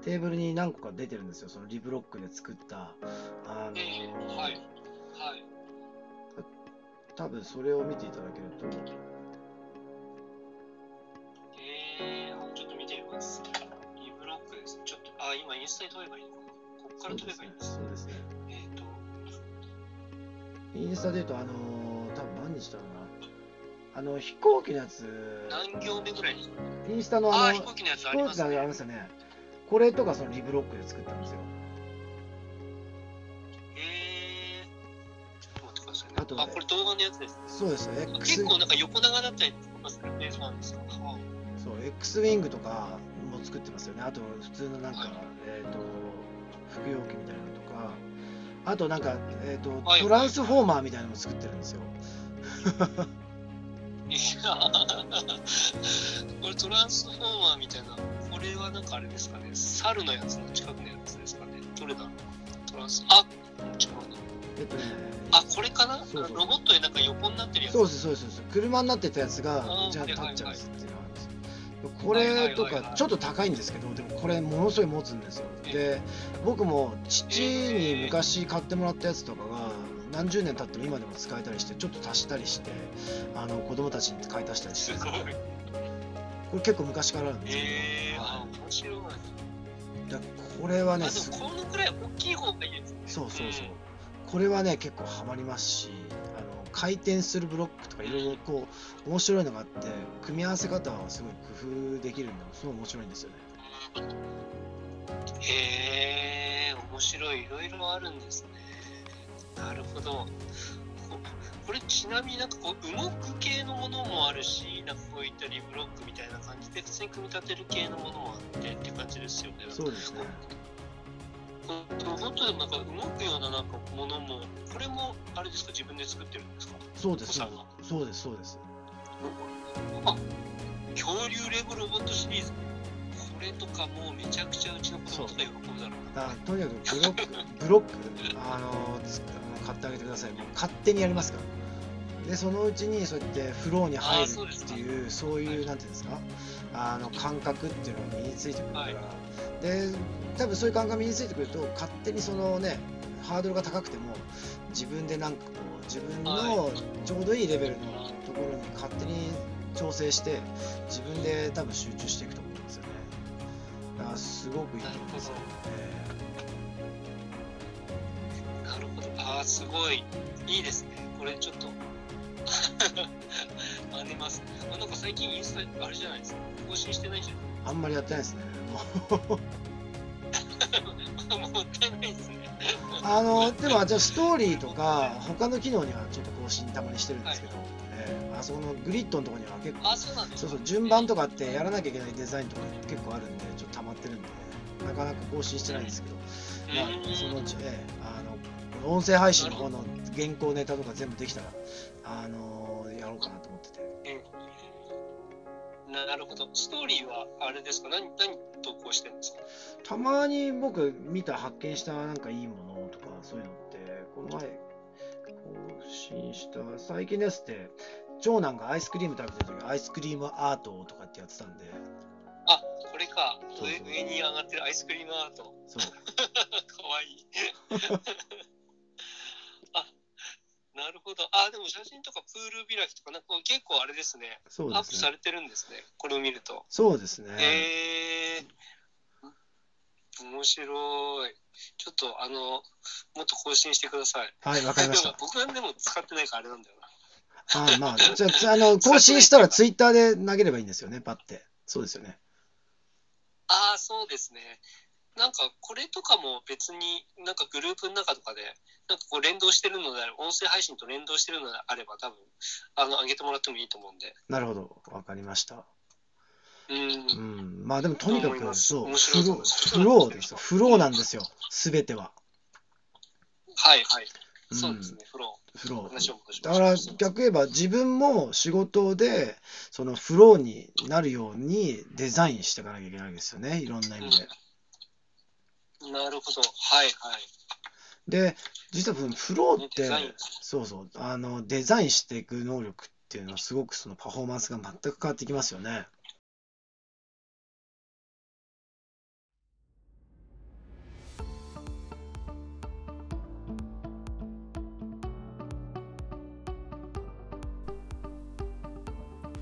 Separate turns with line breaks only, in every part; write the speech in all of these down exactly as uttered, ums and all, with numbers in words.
テーブルに何個か出てるんですよ。そのリブロックで作った、あの
えー、はい、はい。
多分それを見ていただけると。
えー、ちょっと見てみます。リブロックですね。ちょっと、あ、今インスタに撮ればいいのかな。ここから撮ればいいんです。
そうですね。
えっと、
インスタで言うと、あのー、多分何日だろうな。あの、飛行機のやつ。
何行目ぐらいですか？
インスタのあの、
あー、飛行機のやつありますね。
飛行機のありますよね。これとかそのリブロックで作ったんですよ。
えー、ちょっと待ってくださいね。
あと、
あ、これ動画のやつですね。
そうですよ。X、
結構なんか横長だったりとかする映像なんですか？は
そう、X ウィングとかも作ってますよね。あと、普通のなんか、
はい
えっと、服用機みたいなのとか、あとなんか、えっと、
はい
トランスフォーマーみたいなのも作ってるんですよ。
い。いやこれトランスフォーマーみたいな、これはなんかあれですかね、猿のやつの近くのやつですかね。どれだろう？トランス、あ、違うな。
えっとね、
あ、これかな？
そうそう
ロボットでなんか横になってるやつ。
そうです、そうです、そうです。車になってたやつが、
あー
じゃあ立
はいはいはい
っちゃうっていうのがあるんですよ。これとかちょっと高いんですけど、でもこれものすごい持つんですよ。で、僕も父に昔買ってもらったやつとかが何十年経っても今でも使えたりして、ちょっと足したりして、あの子供たちに買い足したりして、
すごい。
これ結構昔からあるんですけど、
えー、あ、
は
面白い。
い、だこれはね、
あ、でもこのくらい大きい方がいいですね。
そうそうそう、
ん
これはね結構ハマりますし、あの回転するブロックとかいろいろこう面白いのがあって、組み合わせ方はすごい工夫できるのすごい面白いんですよね。
へえ、面白い。いろいろあるんですね。なるほど。ここれちなみになんかこう動く系のものもあるし、なんかこういったリブロックみたいな感じで普通に組み立てる系のものもあってって感じですよね。
そうですね。
ロボットでもなんか動くようななんかものも、これもあれですか、自分で作ってるんですか？
そうです、
お子さんが。
そうです、そうです。
あ、恐竜レゴロボットシリーズ。これとかもうめちゃくちゃうちの子供とか喜ぶだろうな。
あ、とにかくブロック、ブロック、あのつ買ってあげてください。もう勝手にやりますから。で、そのうちにそうやってフローに入るっていう、そういう、なんていうんですか、あの感覚っていうのが身についてくるから、で、多分そういう感覚が身についてくると、勝手にそのね、ハードルが高くても、自分でなんかこう、自分のちょうどいいレベルのところに勝手に調整して、自分で多分集中していくと思うんですよね。だからすごくいいと思うんですよ。
なるほど。ああ、すごいいいですね。これちょっと真似ます。あ、なんか最近インスタあれじゃないですか。更新してないじゃない。
あんまりやってないですね。
もったいないですね。
あのでもじゃあストーリーとか他の機能にはちょっと更新たまにしてるんですけど、はい、えー、あそこのグリッドのところには結構、
あ、そうなんですか。
そうそう順番とかってやらなきゃいけないデザインとか結構あるんでちょっと溜まってるんでなかなか更新してないんですけど、まあそのうち、えー、あの音声配信の方の原稿ネタとか全部できたらあのー、やろうかなと思ってて。
うん、なるほど。ストーリーはあれですか？何何投稿してるんですか？
たまに僕見た発見したなんかいいものとかそういうのってこの前更新した最近ですって、長男がアイスクリーム食べてる時アイスクリームアートとかってやってたんで。
あ、これか。そうそう、上に上がってるアイスクリームアート。
そう
かわいいあ、なるほど。あ、でも写真とかプール開きとかなんか結構あれですね。そうですね、アップされてるんですね。これを見ると。
そうですね。
へえー、面白い。ちょっとあのもっと更新してください。
はい、わかりました。
僕はでも使ってないからあれなんだよな。
あまあ、じゃあ、あの更新したらツイッターで投げればいいんですよね、パッて。そうですよね。
ああ、そうですね。なんかこれとかも別になんかグループの中とかでなんかこう連動してるのであれば、音声配信と連動してるのであれば多分あの上げてもらってもいいと思うんで。
なるほど、わかりました。
うん、うん、
まあでもとにかくそう
面白いと思います。
フローですよ。フローなんですよ。すべては。
はいはい。そうですね、フロー。
フロ
ー。
だから逆言えば自分も仕事でそのフローになるようにデザインしていかなきゃいけないわけですよね。いろんな意味で。
うん、なるほど。はいはい。
で、実はそのフローって、そうそう、あのデザインしていく能力っていうのはすごくそのパフォーマンスが全く変わってきますよね。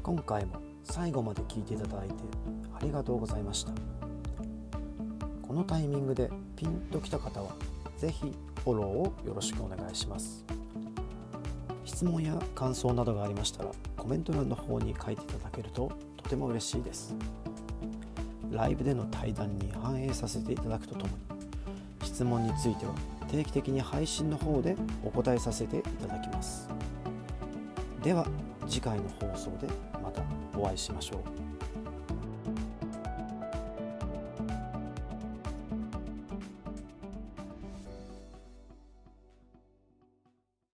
今回も最後まで聞いていただいてありがとうございました。このタイミングでピンときた方はぜひフォローをよろしくお願いします。質問や感想などがありましたらコメント欄の方に書いていただけるととても嬉しいです。ライブでの対談に反映させていただくとともに、質問については定期的に配信の方でお答えさせていただきます。では次回の放送でまたお会いしましょう。